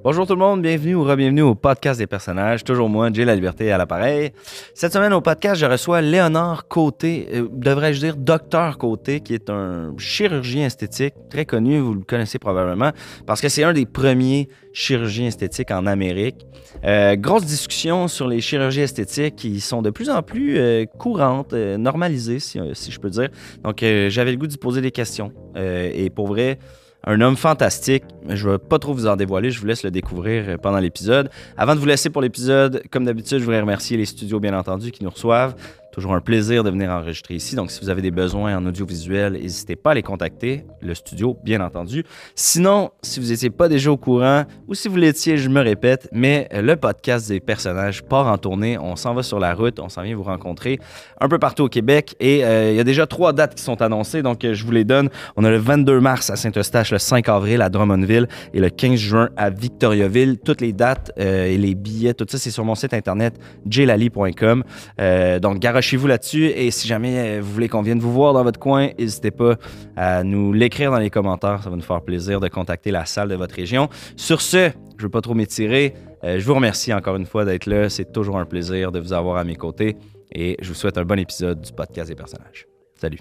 Bonjour tout le monde, bienvenue ou re-bienvenue au podcast des personnages. Toujours moi, Jay La Liberté à l'appareil. Cette semaine au podcast, je reçois Léonard Côté, devrais-je dire Docteur Côté, qui est un chirurgien esthétique très connu, vous le connaissez probablement, parce que c'est un des premiers chirurgiens esthétiques en Amérique. Grosse discussion sur les chirurgies esthétiques qui sont de plus en plus courantes, normalisées, si je peux dire. Donc, j'avais le goût d'y poser des questions. Et pour vrai, un homme fantastique. Je ne vais pas trop vous en dévoiler, je vous laisse le découvrir pendant l'épisode. Avant de vous laisser pour l'épisode, comme d'habitude, je voudrais remercier les studios, bien entendu, qui nous reçoivent. Toujours un plaisir de venir enregistrer ici. Donc, si vous avez des besoins en audiovisuel, n'hésitez pas à les contacter. Le studio, bien entendu. Sinon, si vous n'étiez pas déjà au courant, ou si vous l'étiez, je me répète, mais le podcast des personnages part en tournée. On s'en va sur la route, on s'en vient vous rencontrer un peu partout au Québec. Et il y a déjà 3 dates qui sont annoncées, donc je vous les donne. On a le 22 mars à Saint-Eustache, le 5 avril à Drummondville et le 15 juin à Victoriaville. Toutes les dates et les billets, tout ça, c'est sur mon site internet jlali.com. Donc, garochez-vous là-dessus et si jamais vous voulez qu'on vienne vous voir dans votre coin, n'hésitez pas à nous l'écrire dans les commentaires. Ça va nous faire plaisir de contacter la salle de votre région. Sur ce, je ne veux pas trop m'étirer. Je vous remercie encore une fois d'être là. C'est toujours un plaisir de vous avoir à mes côtés et je vous souhaite un bon épisode du podcast des personnages. Salut!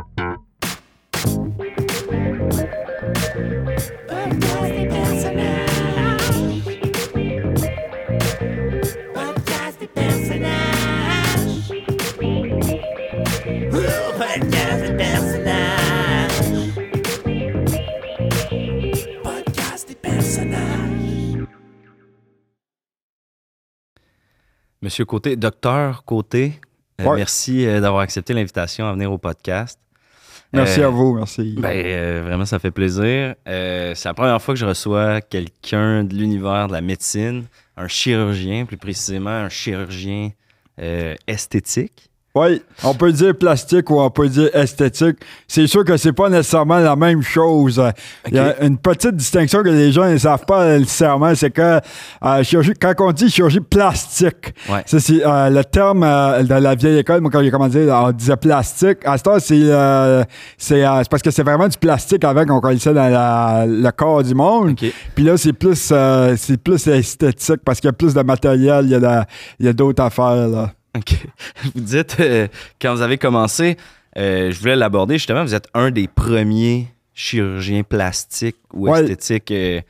Monsieur Côté, Docteur Côté, merci d'avoir accepté l'invitation à venir au podcast. Merci à vous, merci. Vraiment, ça fait plaisir. C'est la première fois que je reçois quelqu'un de l'univers de la médecine, un chirurgien, plus précisément un chirurgien esthétique. Oui, on peut dire plastique ou on peut dire esthétique. C'est sûr que c'est pas nécessairement la même chose. Okay. Il y a une petite distinction que les gens ne savent pas nécessairement, c'est que quand on dit chirurgie plastique, ça, c'est le terme de la vieille école, moi quand j'ai commencé, on disait plastique. À ce temps, c'est parce que c'est vraiment du plastique avant qu'on connaissait dans le corps du monde. Okay. Puis là, c'est plus esthétique parce qu'il y a plus de matériel, il y a d'autres affaires, là. OK. Vous dites, quand vous avez commencé, je voulais l'aborder justement, vous êtes un des premiers chirurgiens plastiques ou esthétiques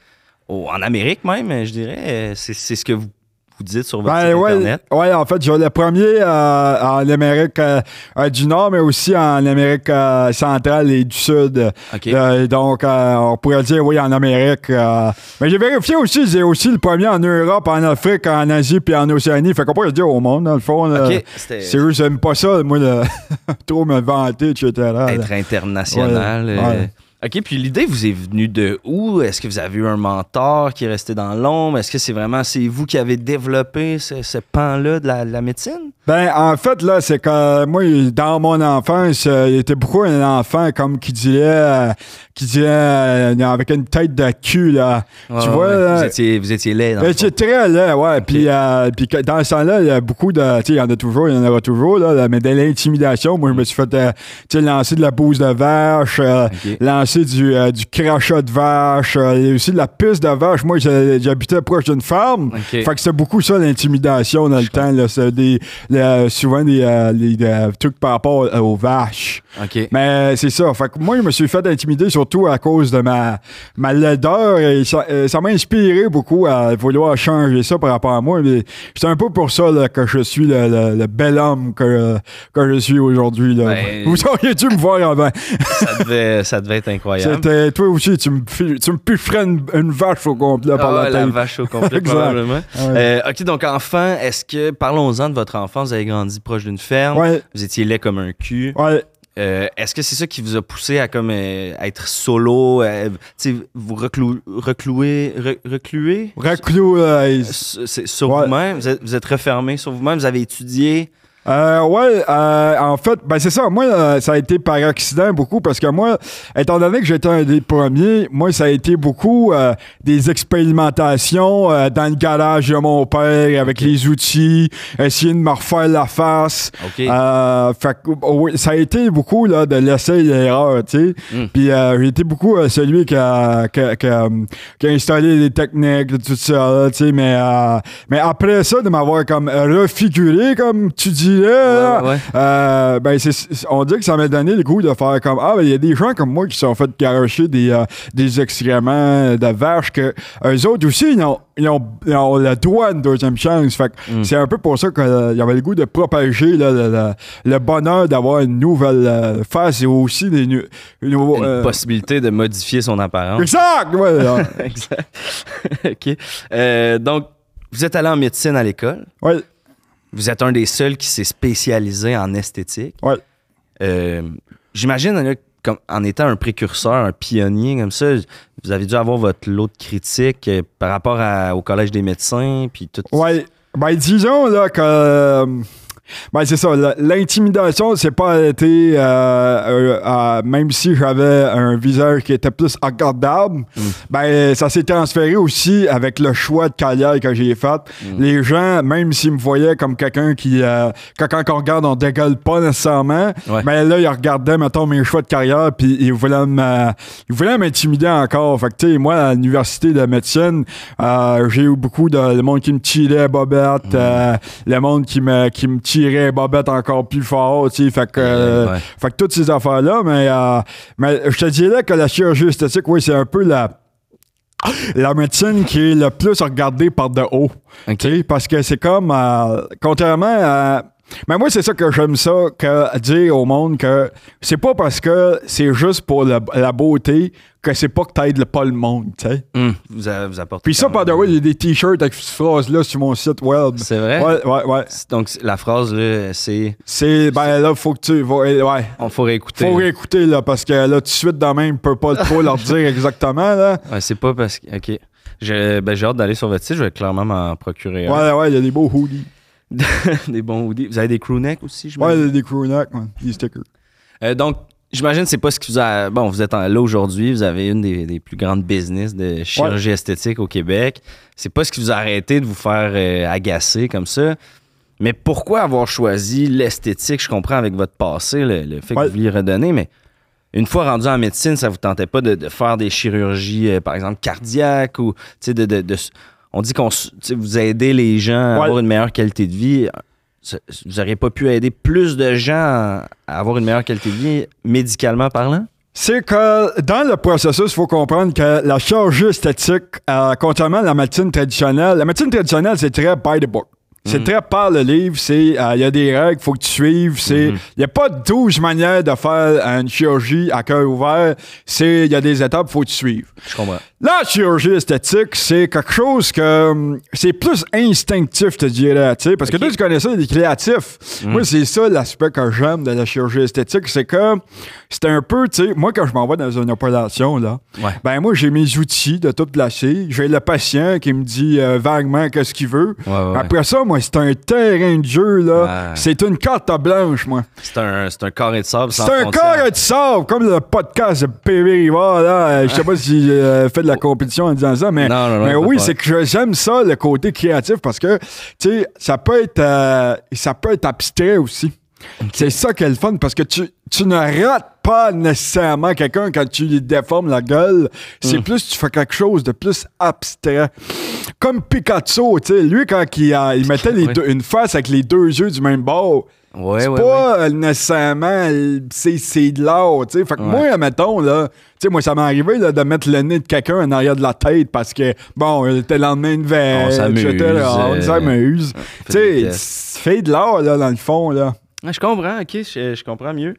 en Amérique même, je dirais. C'est ce que vous dites sur votre site Internet. Oui, en fait, j'ai le premier en Amérique du Nord, mais aussi en Amérique centrale et du Sud. Okay. Donc, on pourrait dire oui en Amérique. Mais j'ai vérifié aussi, j'ai aussi le premier en Europe, en Afrique, en Asie puis en Océanie. Fait qu'on pourrait dire au monde, dans le fond. Okay. C'est eux, j'aime pas ça, moi, trop me vanter, etc. Être international. Ouais. OK, puis l'idée vous est venue de où? Est-ce que vous avez eu un mentor qui est resté dans l'ombre? Est-ce que c'est vous qui avez développé ce pan-là de la médecine? Ben, en fait, là, c'est que moi, dans mon enfance, il était beaucoup un enfant, comme qui dirait avec une tête de cul, là. Tu vois, là, vous étiez laid, j'étais très laid, ouais. Okay. Puis dans ce temps-là, il y a beaucoup de, tu sais, il y en a aura toujours, là, mais de l'intimidation. Moi, je me suis fait, lancer de la bouse de vache, lancer du crachat de vache, il y a aussi de la pisse de vache. Moi, j'habitais proche d'une ferme. Okay. Fait que c'était beaucoup ça, l'intimidation dans le temps, là. C'est souvent des trucs par rapport aux vaches. Okay. Mais c'est ça. Fait que moi, je me suis fait intimider surtout à cause de ma laideur et ça m'a inspiré beaucoup à vouloir changer ça par rapport à moi. Mais c'est un peu pour ça là, que je suis le bel homme que je suis aujourd'hui. Là. Ben, vous auriez dû me voir avant. ça devait être incroyable. Toi aussi, tu me pifferais une vache au complet par la tête. La vache au complet, probablement. OK, donc enfant, parlons-en de votre enfance, vous avez grandi proche d'une ferme, vous étiez laid comme un cul. Ouais. Est-ce que c'est ça qui vous a poussé à comme être solo, vous reclouer sur vous-même, vous êtes refermé sur vous-même, vous avez étudié En fait, ben c'est ça. Moi, ça a été par accident beaucoup parce que moi, étant donné que j'étais un des premiers, moi, ça a été beaucoup des expérimentations dans le garage de mon père avec les outils, essayer de me refaire la face. OK. Fait que, oui, ça a été beaucoup là, de l'essai et l'erreur, tu sais. Puis j'ai été beaucoup celui qui a installé les techniques, tout ça, tu sais. Mais après ça, de m'avoir comme refiguré, comme tu dirais, ben on dit que ça m'a donné le goût de faire comme il y a des gens comme moi qui sont fait garocher des excréments de vaches que eux autres aussi ils ont le droit à une deuxième chance. Fait que c'est un peu pour ça qu'il y avait le goût de propager là, le bonheur d'avoir une nouvelle face et aussi une possibilité de modifier son apparence. Exact! Ouais, exact. OK. Donc, vous êtes allé en médecine à l'école. Oui. Vous êtes un des seuls qui s'est spécialisé en esthétique. Oui. J'imagine, là, comme, en étant un précurseur, un pionnier comme ça, vous avez dû avoir votre lot de critiques par rapport au Collège des médecins, puis tout ça. Oui. Ben, disons là que... Ben, c'est ça. L'intimidation, c'est pas été... même si j'avais un visage qui était plus regardable, ben, ça s'est transféré aussi avec le choix de carrière que j'ai fait. Les gens, même s'ils me voyaient comme quelqu'un qui... quand on regarde, on dégueule pas nécessairement, mais là, ils regardaient, mettons, mes choix de carrière, puis ils voulaient m'intimider encore. Fait que, tu sais, moi, à l'université de médecine, j'ai eu beaucoup de monde qui me tirait bobette, le monde qui me tirait bobette encore plus fort, tu sais, fait que toutes ces affaires-là, mais je te dirais que la chirurgie esthétique, oui, c'est un peu la médecine qui est le plus regardée par de haut, okay. Parce que c'est comme, contrairement à... Mais moi, c'est ça que j'aime ça, que dire au monde que c'est pas parce que c'est juste pour la beauté que c'est pas que t'aides pas le monde, tu sais. Vous apportez. Puis ça, par the way, il y a des t-shirts avec cette phrase-là sur mon site web. C'est vrai? Ouais. Donc, la phrase, là, c'est... Ben là, faut que tu... Ouais. On faut réécouter. Faut réécouter, là, parce que là, tout de suite, dans même, peut pas trop leur dire exactement, là. Ouais, c'est pas parce que... OK. J'ai hâte d'aller sur votre site. Je vais clairement m'en procurer. Ouais, il y a des beaux hoodies. Des bons hoodies. Vous avez des crewnecks aussi, je Ouais, des crewnecks, des stickers. Donc, j'imagine que c'est pas ce qui vous a... Bon, vous êtes là aujourd'hui, vous avez une des plus grandes business de chirurgie esthétique au Québec. C'est pas ce qui vous a arrêté de vous faire agacer comme ça. Mais pourquoi avoir choisi l'esthétique? Je comprends avec votre passé, le fait que vous vouliez redonner, mais une fois rendu en médecine, ça vous tentait pas de faire des chirurgies, par exemple, cardiaques ou, tu sais, on dit qu'on vous aidez les gens à avoir une meilleure qualité de vie. Vous n'auriez pas pu aider plus de gens à avoir une meilleure qualité de vie médicalement parlant? C'est que dans le processus, il faut comprendre que la chirurgie esthétique, contrairement à la médecine traditionnelle, c'est très by the book. C'est très par le livre, il y a des règles, il faut que tu suives, il n'y a pas 12 manières de faire une chirurgie à cœur ouvert, il y a des étapes, il faut que tu suives. Je comprends. La chirurgie esthétique, c'est quelque chose que c'est plus instinctif, je te dirais, tu sais, parce que toi, tu connais ça, des créatifs. Moi, c'est ça l'aspect que j'aime de la chirurgie esthétique, c'est que c'est un peu, tu sais, moi, quand je m'en vais dans une opération, là, ben moi, j'ai mes outils de tout placer, j'ai le patient qui me dit vaguement qu'est-ce qu'il veut. Après ça, moi, c'est un terrain de jeu, là. C'est une carte blanche, moi. C'est un carré de sable sans frontières. C'est un carré de sable, comme le podcast de PV Rivard, là. Je sais pas si fait de la compétition en disant ça, mais, non, mais oui, c'est que j'aime ça, le côté créatif, parce que, tu sais, ça peut être abstrait aussi. Okay. C'est ça qui est le fun, parce que tu ne rates pas nécessairement quelqu'un quand tu lui déformes la gueule. C'est plus tu fais quelque chose de plus abstrait. Comme Picasso, tu sais, lui, quand il mettait une face avec les deux yeux du même bord, c'est pas nécessairement c'est de l'art, tu sais. Fait que moi, mettons, là, tu sais, moi, ça m'est arrivé là, de mettre le nez de quelqu'un en arrière de la tête parce que, bon, il était le lendemain de veille, on s'amuse. Tu sais, fais de l'art, là, dans le fond, là. Je comprends, OK, je comprends mieux.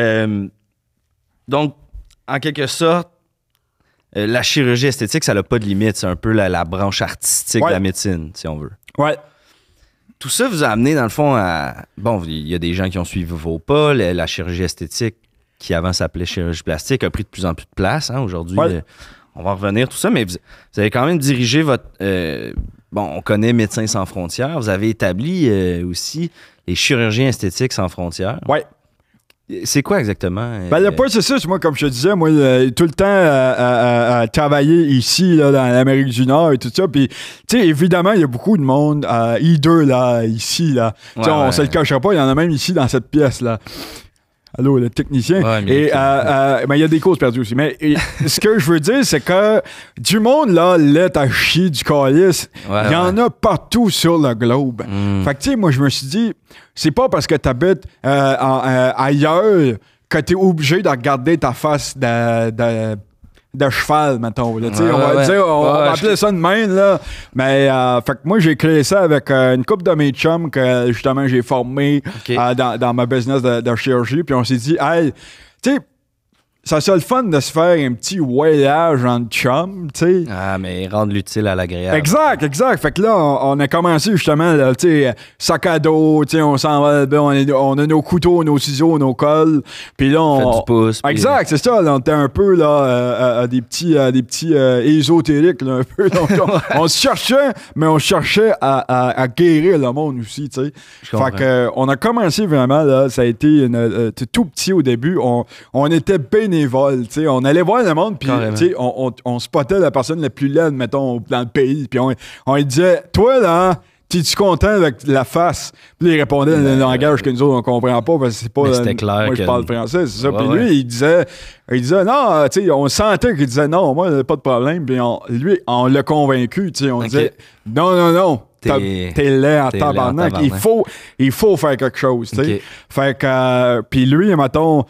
Donc, en quelque sorte, la chirurgie esthétique, ça n'a pas de limite. C'est un peu la branche artistique de la médecine, si on veut. Ouais. Tout ça vous a amené, dans le fond, à... Bon, il y a des gens qui ont suivi vos pas. La chirurgie esthétique, qui avant s'appelait chirurgie plastique, a pris de plus en plus de place. Hein, aujourd'hui, on va revenir, tout ça. Mais vous avez quand même dirigé votre... bon, on connaît Médecins sans frontières. Vous avez établi aussi les chirurgiens esthétiques sans frontières. Ouais. C'est quoi exactement? Ben, le processus, moi, comme je te disais, moi, tout le temps à travailler ici, là, dans l'Amérique du Nord et tout ça. Puis, tu sais, évidemment, il y a beaucoup de monde hideux, là, ici, là. Ouais, on se le cachera pas, il y en a même ici, dans cette pièce, là. Allô, le technicien. Ouais, mais il y a des causes perdues aussi. Mais ce que je veux dire, c'est que du monde, là, l'aide à chier du calice, il y en a partout sur le globe. Fait que, tu sais, moi, je me suis dit, c'est pas parce que t'habites ailleurs que t'es obligé de regarder ta face de cheval, mettons. Là, on va dire, on va appeler ça de même, là. Mais, fait que moi, j'ai créé ça avec une couple de mes chums que, justement, j'ai formé dans ma business de chirurgie. Puis on s'est dit, hey, tu sais, ça serait le fun de se faire un petit voyage en chum, tu sais. Ah, mais rendre l'utile à l'agréable. Exact. Fait que là, on a commencé justement, tu sais, sac à dos, tu sais, on s'en va, on a nos couteaux, nos ciseaux, nos colles. Puis là, on... Fait du pouce. Exact, c'est ça. Là, on était un peu, là, des petits ésotériques, là, un peu. Donc, on se cherchait, mais on cherchait à guérir le monde aussi, tu sais. Fait que, on a commencé vraiment, là, ça a été tout petit au début. On était bénévole, tu sais, on allait voir le monde, puis on spottait la personne la plus laide, mettons, dans le pays, puis on lui disait, toi, là, t'es-tu content avec la face? Puis il répondait dans un langage que nous autres, on comprend pas, parce que c'est pas... c'était clair moi, je parle français, c'est ça. Puis lui, il disait, non, tu sais, on sentait qu'il disait, non, moi, pas de problème. Puis lui, on l'a convaincu, tu sais, on disait, non, t'es laid en tabarnak. Il faut faire quelque chose, tu sais. Fait que, puis lui, mettons,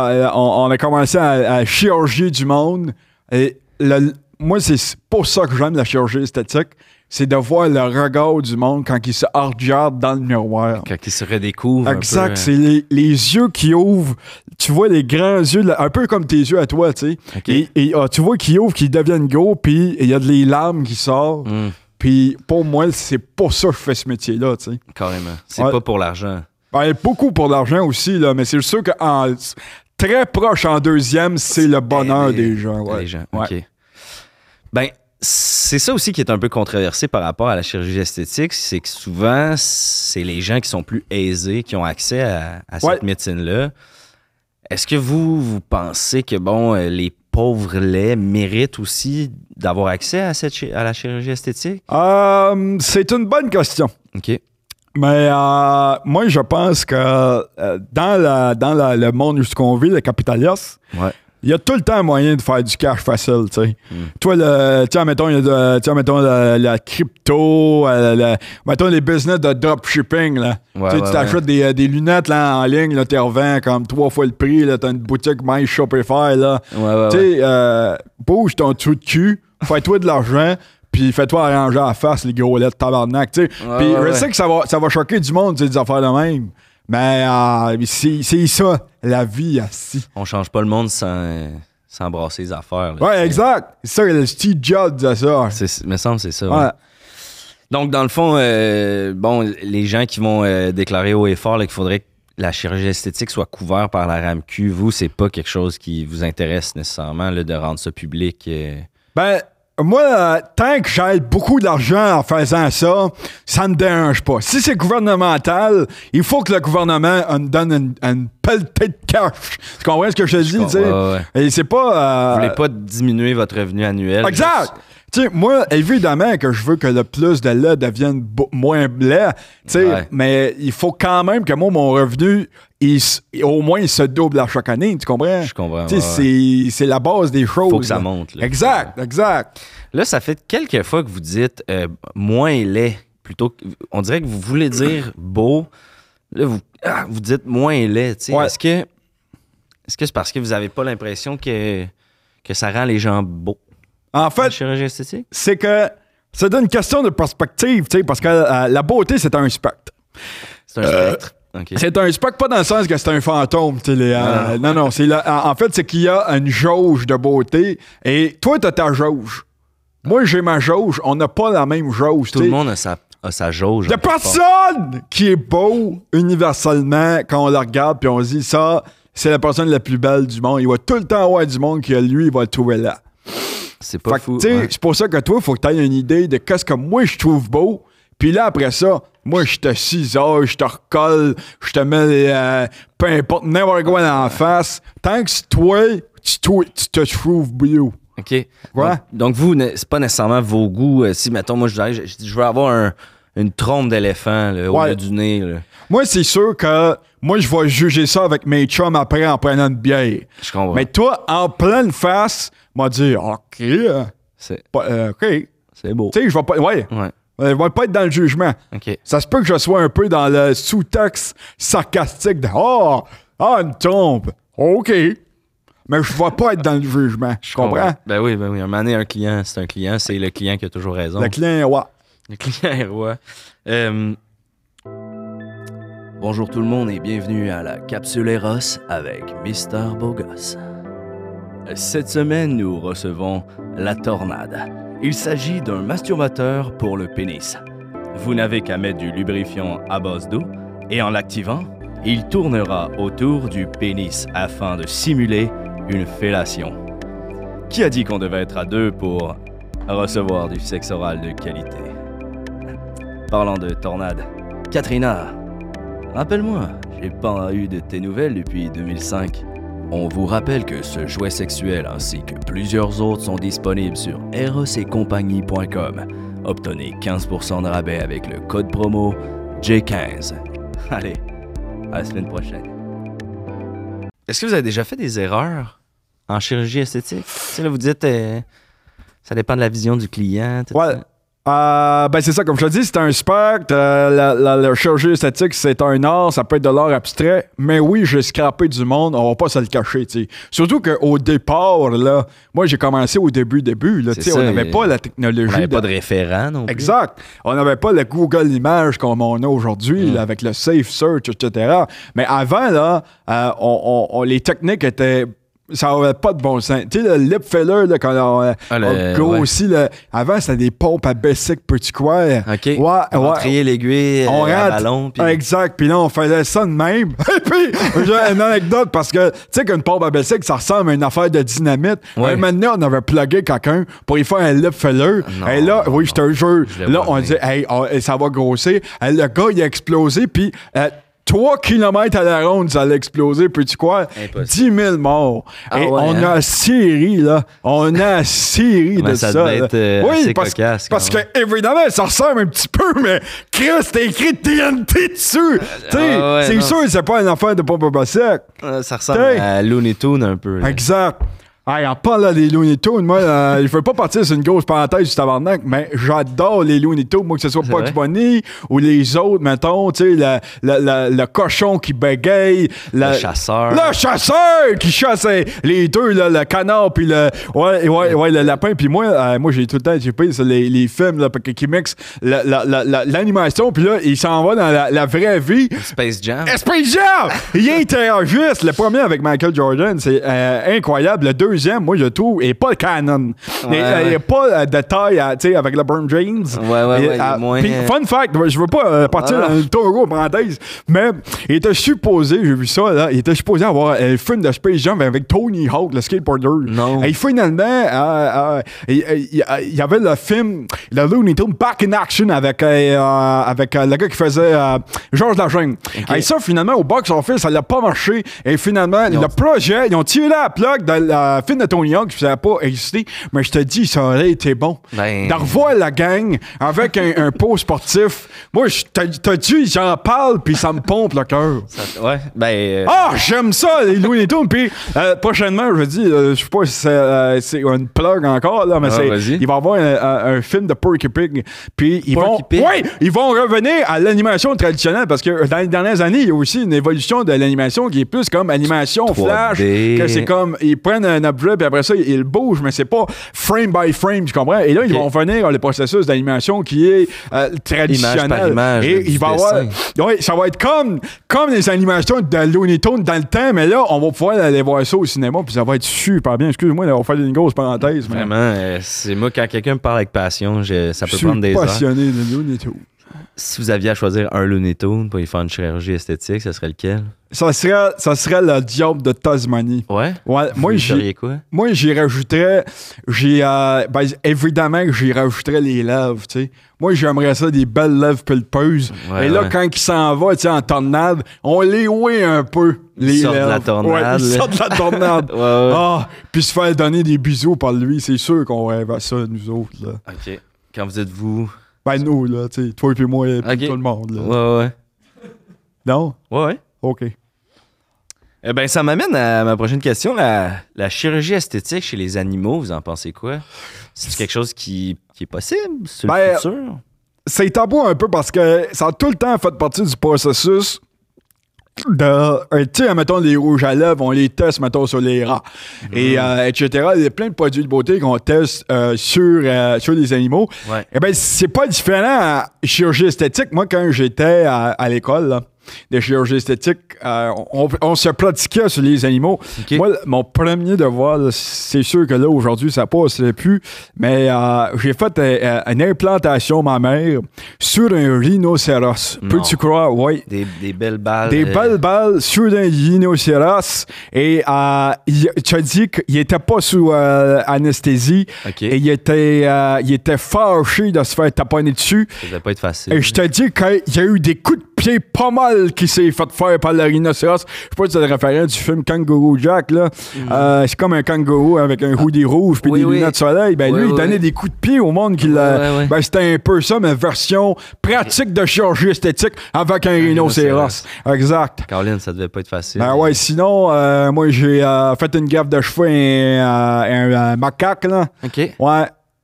on a commencé à chirurgier du monde. Et moi, c'est pour ça que j'aime la chirurgie esthétique. C'est de voir le regard du monde quand il se regarde dans le miroir. Quand il se redécouvre. Exact. C'est les yeux qui ouvrent. Tu vois les grands yeux, un peu comme tes yeux à toi, tu sais. Okay. Et tu vois qu'ils ouvrent, qu'ils deviennent gros, puis il y a des larmes qui sortent. Puis pour moi, c'est pour ça que je fais ce métier-là, tu sais. Carrément. C'est pas pour l'argent. Ben, beaucoup pour l'argent aussi, là, mais c'est sûr que très proche en deuxième, c'est le bonheur des gens. Ouais. Les gens, OK. Ben, c'est ça aussi qui est un peu controversé par rapport à la chirurgie esthétique, c'est que souvent, c'est les gens qui sont plus aisés qui ont accès à cette médecine-là. Est-ce que vous pensez que, bon, les pauvres laids méritent aussi d'avoir accès à la chirurgie esthétique? C'est une bonne question. OK. Mais moi, je pense que dans le monde où on vit, le capitalisme, il y a tout le temps moyen de faire du cash facile, tu sais. Toi, mettons, il y a la crypto, mettons les business de dropshipping, là. Tu t'achètes des lunettes là, en ligne, là, tu revends comme 3 fois le prix, là, t'as une boutique My Shopify, là. Tu sais, bouge ton trou de cul, fais-toi de l'argent, puis fais-toi arranger à la face, les gros lettres tabarnak, tu sais. Puis je sais que ça va choquer du monde, des affaires de même. Mais c'est ça, la vie, assis. On change pas le monde sans brasser les affaires. Là, ouais, exact. C'est ça, le Steve Jobs disait ça. Il me semble que c'est ça. Ouais. Donc, dans le fond, bon, les gens qui vont déclarer haut et fort qu'il faudrait que la chirurgie esthétique soit couverte par la RAMQ, vous, c'est pas quelque chose qui vous intéresse nécessairement là, de rendre ça public? Ben... Moi, tant que j'aide beaucoup d'argent en faisant ça, ça me dérange pas. Si c'est gouvernemental, il faut que le gouvernement me donne une pelletée de cash. Tu comprends ce que je te dis, tu sais? Et c'est pas... Vous voulez pas diminuer votre revenu annuel? Exact! Tu sais, moi, évidemment que je veux que le plus de lait devienne moins lait, tu sais, mais il faut quand même que moi, mon revenu, au moins, il se double à chaque année, tu comprends? Je comprends. Tu sais, c'est la base des choses. Faut que ça monte. Là. Exact. Là, ça fait quelques fois que vous dites moins laid, plutôt que... On dirait que vous voulez dire beau. Là, vous dites moins laid, tu sais. Est-ce que c'est parce que vous n'avez pas l'impression que ça rend les gens beaux? En fait, c'est que c'est une question de perspective, tu sais, parce que la beauté, c'est un spectre. C'est un spectre. Okay. C'est un spectre, pas dans le sens que c'est un fantôme. Non, en fait, c'est qu'il y a une jauge de beauté et toi, t'as ta jauge. Moi, j'ai ma jauge. On n'a pas la même jauge. Tout le monde a sa jauge. Il n'y a personne qui est beau universellement quand on le regarde puis on se dit ça, c'est la personne la plus belle du monde. Il va tout le temps avoir du monde qui, lui, il va le trouver là. C'est pas fou. C'est pour ça que toi, il faut que tu aies une idée de qu'est-ce que moi je trouve beau. Puis là, après ça, moi, je te cisaille, je te recolle, je te mets peu importe, n'importe quoi dans la face. Tant que toi, tu te trouves beau. OK. Ouais. Donc vous, c'est pas nécessairement vos goûts. Si, mettons, moi, je veux avoir une trompe d'éléphant là, au lieu du nez. Là. Moi, c'est sûr que moi, je vais juger ça avec mes chums après en prenant une bière. Je comprends. Mais toi, en pleine face, m'a dit OK. OK. C'est beau. Tu sais, je vais pas. Ouais. Je vais pas être dans le jugement. OK. Ça se peut que je sois un peu dans le sous-texte sarcastique de une trompe. OK. Mais je vais pas être dans le jugement. Je comprends? Ben oui. Un moment donné, un client, c'est un client. C'est le client qui a toujours raison. Le client est roi. Le client est roi. Bonjour tout le monde et bienvenue à la Capsule Eros avec Mister Bogos. Cette semaine, nous recevons la tornade. Il s'agit d'un masturbateur pour le pénis. Vous n'avez qu'à mettre du lubrifiant à base d'eau et en l'activant, il tournera autour du pénis afin de simuler une fellation. Qui a dit qu'on devait être à deux pour recevoir du sexe oral de qualité? Parlant de tornade, Katrina, rappelle-moi, j'ai pas eu de tes nouvelles depuis 2005. On vous rappelle que ce jouet sexuel ainsi que plusieurs autres sont disponibles sur erosetcompagnie.com. Obtenez 15% de rabais avec le code promo J15. Allez, à la semaine prochaine. Est-ce que vous avez déjà fait des erreurs en chirurgie esthétique? Tu sais, là, vous dites, ça dépend de la vision du client. Ouais. Ben c'est ça, comme je te dis, c'est un spectre. La chirurgie esthétique, c'est un art, ça peut être de l'art abstrait. Mais oui, j'ai scrappé du monde, on va pas se le cacher, tu sais. Surtout qu'au départ, là, moi j'ai commencé au début, là, tu sais, on n'avait pas la technologie. On n'avait pas de référent non plus. Exact. On n'avait pas le Google Images comme on a aujourd'hui, là, avec le Safe Search, etc. Mais avant, là, les techniques étaient... Ça n'avait pas de bon sens. Tu sais, le lip filler, là, quand on grossit, avant, c'était des pompes à Bessic petit quoi. OK. On rentrait l'aiguille à ballon. Pis... Exact. Puis là, on faisait ça de même. Et puis, j'ai une anecdote parce que, tu sais, qu'une pompe à Bessic, ça ressemble à une affaire de dynamite. Ouais. Maintenant, on avait plugué quelqu'un pour y faire un lip filler. Et là, oui, je te jure. Là, on dit, hey, ça va grossir. Le gars, il a explosé. Puis, 3 km à la ronde, ça allait exploser, puis tu quoi? 10 000 morts. Et on a une série, là. On a une série de ça. Ça devait être assez cocasse. Parce que, évidemment, ça ressemble un petit peu, mais Chris, t'as écrit TNT dessus. C'est sûr que c'est pas une affaire de pompe à sec. Ça ressemble à Looney Tunes un peu. Là. Exact. Hey, en parlant des Looney Tunes, moi, je veux pas partir sur une grosse parenthèse du tabarnak, mais j'adore les Looney Tunes. Moi, que ce soit Bugs Bunny ou les autres, mettons, tu sais, le cochon qui bégaye. Le chasseur. Le chasseur qui chasse les deux, là, le canard puis le lapin. Puis moi, j'ai tout le temps trippé sur les films là, qui mixent l'animation. Puis là, il s'en va dans la vraie vie. Space Jam. Space Jam! Il interagisse. Le premier avec Michael Jordan, c'est incroyable. Le deuxième, moi, je trouve, est pas canon. Il n'y a pas de taille, tu sais, avec LeBron James. Moins... Puis, fun fact, je veux pas partir dans le tour parenthèse, mais il était supposé, j'ai vu ça, là, il était supposé avoir un film de Space Jam avec Tony Hawk, le skateboarder. Non. Et finalement, il y avait le film, le Looney Tunes Back in Action avec le gars qui faisait Georges Lagenne. Okay. Et ça, finalement, au box-office, ça n'a pas marché. Et finalement, le projet, ils ont tiré la plug de la film de Tony Hawk, ça n'a pas existé, mais je te dis, ça aurait été bon. De revoir la gang avec un pot sportif. Moi, t'as dit, j'en parle, puis ça me pompe le cœur. J'aime ça, les Looney Tunes. Puis prochainement, je dis, je sais pas si c'est une plug encore, là, mais il va y avoir un film de Porky Pig. Puis ils vont revenir à l'animation traditionnelle, parce que dans les dernières années, il y a aussi une évolution de l'animation qui est plus comme animation 3D. Flash, que c'est comme, ils prennent un objet, puis après ça, il bouge, mais c'est pas frame by frame, tu comprends? Et là, ils vont revenir dans le processus d'animation qui est traditionnel. Image par image, et il va avoir... ça va être comme les animations de Looney Tunes dans le temps, mais là, on va pouvoir aller voir ça au cinéma, puis ça va être super bien. Excuse-moi, on va faire une grosse parenthèse. Vraiment, c'est moi, quand quelqu'un me parle avec passion, ça peut prendre des heures. Je suis passionné de Looney Tunes. Si vous aviez à choisir un Looney Tunes pour y faire une chirurgie esthétique, ça serait lequel? Ça serait le diable de Tasmanie. Ouais? Ouais, Quoi? Moi, j'y rajouterais... évidemment que j'y rajouterais les lèvres, tu sais. Moi, j'aimerais ça, des belles lèvres pulpeuses. Et là, quand il s'en va, tu sais, en tornade, on les ouait un peu, les lèvres. De la tornade. Ouais, ils sortent de la tornade. Puis se faire donner des bisous par lui, c'est sûr qu'on rêve à ça, nous autres, là. OK. Quand vous êtes vous... Ben, nous, là, tu sais, toi et moi, et tout le monde, là. Ouais. Non? Ouais. OK. Eh bien, ça m'amène à ma prochaine question. La chirurgie esthétique chez les animaux, vous en pensez quoi? C'est quelque chose qui est possible sur le futur? C'est tabou un peu parce que ça a tout le temps fait partie du processus de... tu sais, mettons, les rouges à lèvres, on les teste, mettons, sur les rats, et etc. Il y a plein de produits de beauté qu'on teste sur les animaux. Ouais. Eh bien, c'est pas différent à chirurgie esthétique. Moi, quand j'étais à l'école, là, de chirurgie esthétique, on se pratiquait sur les animaux. Okay. Moi, mon premier devoir, là, c'est sûr que là, aujourd'hui, ça passerait plus, mais j'ai fait une implantation mammaire sur un rhinocéros. Peux-tu croire? Oui. Des belles balles. Des belles balles sur un rhinocéros. Et tu as dit qu'il était pas sous anesthésie. Okay. Et il était fâché de se faire taponner dessus. Ça devait pas être facile. Et je te dis qu'il y a eu des coups de pied pas mal qui s'est fait faire par le rhinocéros. Je sais pas si c'est le référent du film Kangaroo Jack, là. C'est comme un kangourou avec un hoodie rouge puis des lunettes de soleil. Ben lui, il donnait des coups de pied au monde qui l'a... Ben c'était un peu ça, mais version pratique de chirurgie esthétique avec un rhinocéros. Exact. Caroline, ça devait pas être facile. Ben ouais, sinon, moi, j'ai fait une gaffe de cheveux un macaque, là. OK. Ouais.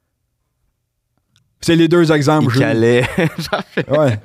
C'est les deux exemples. Il calait. Ouais.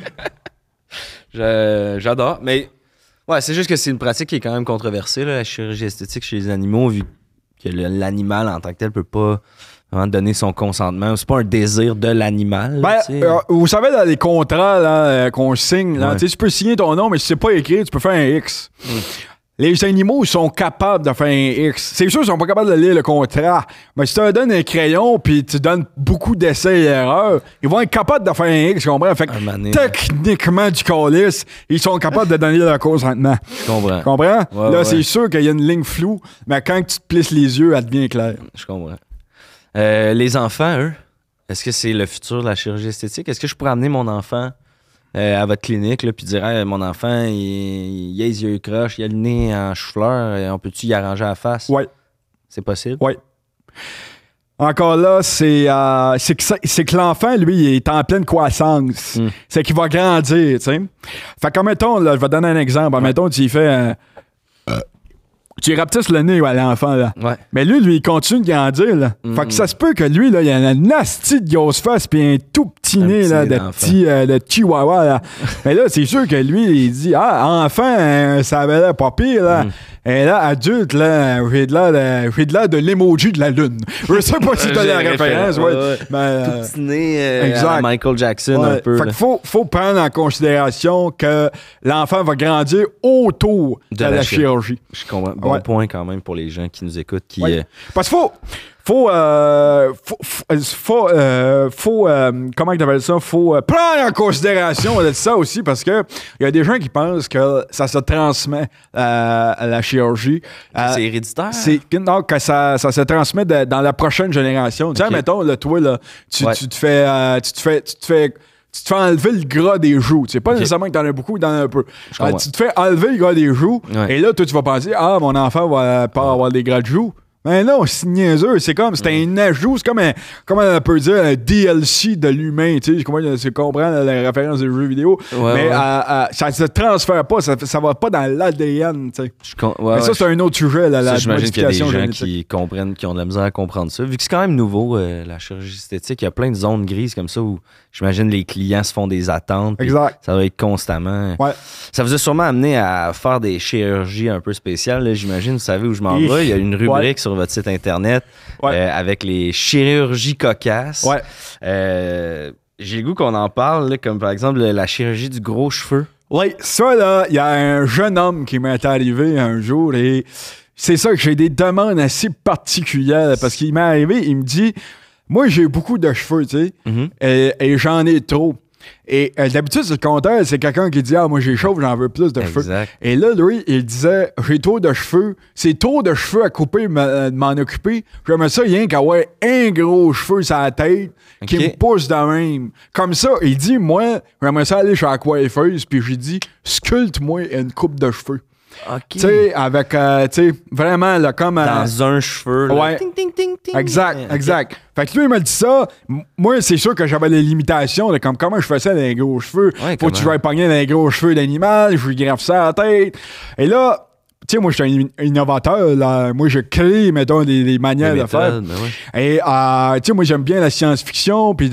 J'adore, mais ouais, c'est juste que c'est une pratique qui est quand même controversée, là, la chirurgie esthétique chez les animaux, vu que l'animal en tant que tel peut pas vraiment donner son consentement. C'est pas un désir de l'animal. Vous savez, dans les contrats là, qu'on signe, là, tu peux signer ton nom, mais si c'est pas écrit, tu peux faire un X. Les animaux sont capables de faire un X. C'est sûr qu'ils sont pas capables de lire le contrat. Mais si tu leur donnes un crayon puis tu donnes beaucoup d'essais et erreurs, ils vont être capables de faire un X, tu comprends? Fait que techniquement, du calice, ils sont capables de donner leur consentement. Je comprends. Tu comprends? Ouais, là, c'est sûr qu'il y a une ligne floue, mais quand tu te plisses les yeux, elle devient claire. Je comprends. Les enfants, eux, est-ce que c'est le futur de la chirurgie esthétique? Est-ce que je pourrais amener mon enfant à votre clinique, là, puis dire mon enfant, il a les yeux croches, il a le nez en chou-fleur, on peut-tu y arranger la face? Oui. C'est possible? Oui. Encore là, c'est que l'enfant, lui, il est en pleine croissance. C'est qu'il va grandir, tu sais. Fait que, mettons, là, je vais donner un exemple. Mettons, tu y fais... tu rapetisses le nez à l'enfant, là. Ouais. Mais lui, il continue de grandir, là. Fait que ça se peut que lui, là, il a une nasty de grosse face puis un tout petit nez, là, de chihuahua, là. Mais là, c'est sûr que lui, il dit, enfant, ça avait l'air pas pire, là. Et là, adulte, là, j'ai de l'air de l'emoji de la lune. Je sais pas si t'as la référence, mais, tout petit nez à Michael Jackson, un peu. Fait qu'il faut prendre en considération que l'enfant va grandir autour de la chirurgie. Je comprends. Bon point quand même pour les gens qui nous écoutent. Parce qu'il faut comment tu appelles ça? Faut prendre en considération de ça aussi parce que il y a des gens qui pensent que ça se transmet à la chirurgie. C'est héréditaire? Non, que ça se transmet dans la prochaine génération. Tu sais, mettons, là, toi, là, tu te fais enlever le gras des joues. C'est pas nécessairement que t'en as beaucoup, t'en as un peu. Tu te fais enlever le gras des joues, et là, toi, tu vas penser, mon enfant va pas avoir des gras de joues. Mais non, c'est niaiseux. C'est un ajout, c'est comme on peut dire, un DLC de l'humain. Tu sais, comment tu comprends la référence des jeux vidéo. Mais ça se transfère pas, ça va pas dans l'ADN. Tu sais. Mais ça, c'est un autre sujet, la j'imagine qu'il y a des gens génétique. qui ont de la misère à comprendre ça. Vu que c'est quand même nouveau, la chirurgie esthétique, il y a plein de zones grises comme ça où j'imagine les clients se font des attentes. Exact. Ça doit être constamment. Ouais. Ça vous a sûrement amené à faire des chirurgies un peu spéciales. Là, j'imagine, vous savez où je m'en vais. Il y a une rubrique sur votre site internet avec les chirurgies cocasses. Ouais. J'ai le goût qu'on en parle, là, comme par exemple la chirurgie du gros cheveu. Oui, ça là, il y a un jeune homme qui m'est arrivé un jour et c'est ça que j'ai des demandes assez particulières parce qu'il m'est arrivé, il me dit, moi j'ai beaucoup de cheveux, tu sais, et j'en ai trop. Et d'habitude, c'est le contraire. C'est quelqu'un qui dit « Ah, moi, j'ai chaud, j'en veux plus de cheveux. » Et là, lui, il disait « J'ai trop de cheveux. C'est trop de cheveux à couper, de m'en occuper. J'aimerais ça, rien qu'avoir un gros cheveu sur la tête qui me pousse de même. » Comme ça, il dit « Moi, j'aimerais ça aller chez la coiffeuse. » Puis j'ai dit « Sculpte-moi une coupe de cheveux. » Tu sais, avec, tu sais, vraiment, là, comme... Dans un cheveu, là. Ouais. Ting, ting, ting, ting. Exact. Fait que lui, il m'a dit ça. Moi, c'est sûr que j'avais les limitations de comment je fais ça dans les gros cheveux. Ouais, faut que je vais pogner dans les gros cheveux d'animal, je lui greffe ça à la tête. Et là... Tu sais, moi, je suis un innovateur. Là. Moi, je crée, mettons, des manières de faire. Ben ouais. Et, tu sais, moi, j'aime bien la science-fiction. Puis,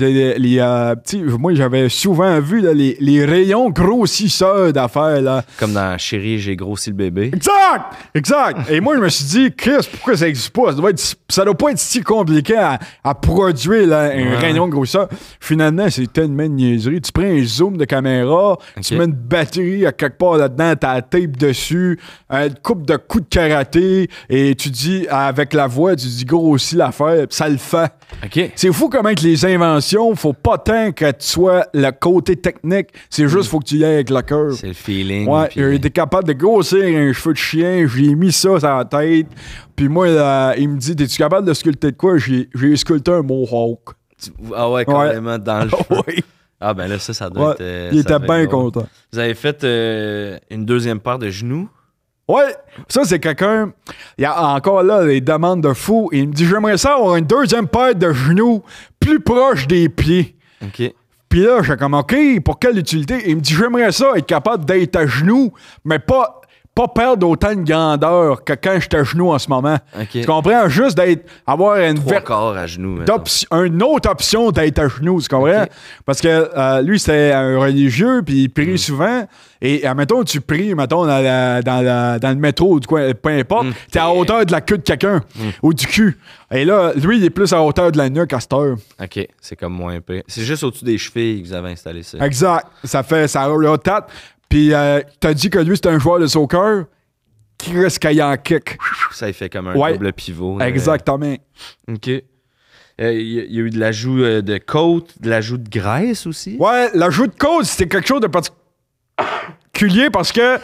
moi, j'avais souvent vu là, les rayons grossisseurs d'affaires. Là. Comme dans Chérie, j'ai grossi le bébé. Exact. Et moi, je me suis dit, Chris, pourquoi ça n'existe pas? Ça doit pas être si compliqué à produire là, un rayon grossisseur. Finalement, c'est tellement de niaiserie. Tu prends un zoom de caméra, tu mets une batterie à quelque part là-dedans, t'as la tape dessus, coupe de coups de karaté et tu dis avec la voix tu dis grossis l'affaire pis ça le fait. C'est fou comment que les inventions faut pas tant que tu sois le côté technique, c'est juste faut que tu y ailles avec le cœur. C'est le feeling. Ouais, j'ai été capable de grossir un cheveu de chien, j'ai mis ça sur la tête puis moi là, il me dit t'es-tu capable de sculpter de quoi? J'ai sculpté un mohawk. Ah ouais, carrément dans le cheveu. Oui. Ah ben là ça doit être... il était bien content. Vous avez fait une deuxième paire de genoux? Ouais, ça c'est quelqu'un, il y a encore là des demandes de fou. Il me dit j'aimerais ça avoir une deuxième paire de genoux plus proche des pieds. OK. Puis là, je suis comme OK, pour quelle utilité? Il me dit j'aimerais ça être capable d'être à genoux, mais pas perdre autant de grandeur que quand je suis à genoux en ce moment. Okay. Tu comprends? Juste avoir une corps à genoux. une autre option d'être à genoux, tu comprends? Okay. Parce que lui, c'est un religieux, puis il prie souvent. Et admettons, tu pries, mettons, dans le métro ou quoi, peu importe, t'es à hauteur de la queue de quelqu'un ou du cul. Et là, lui, il est plus à hauteur de la nuque à cette heure. OK, c'est comme moins épais. C'est juste au-dessus des chevilles que vous avez installé ça. Exact. Ça roule la tête. Puis, t'as dit que lui, c'était un joueur de soccer qui risque qu'il y en kick. Ça, il fait comme un double pivot. Exactement. OK. Il y a eu de l'ajout de côte, de l'ajout de graisse aussi. Ouais, l'ajout de côte, c'était quelque chose de particulier parce que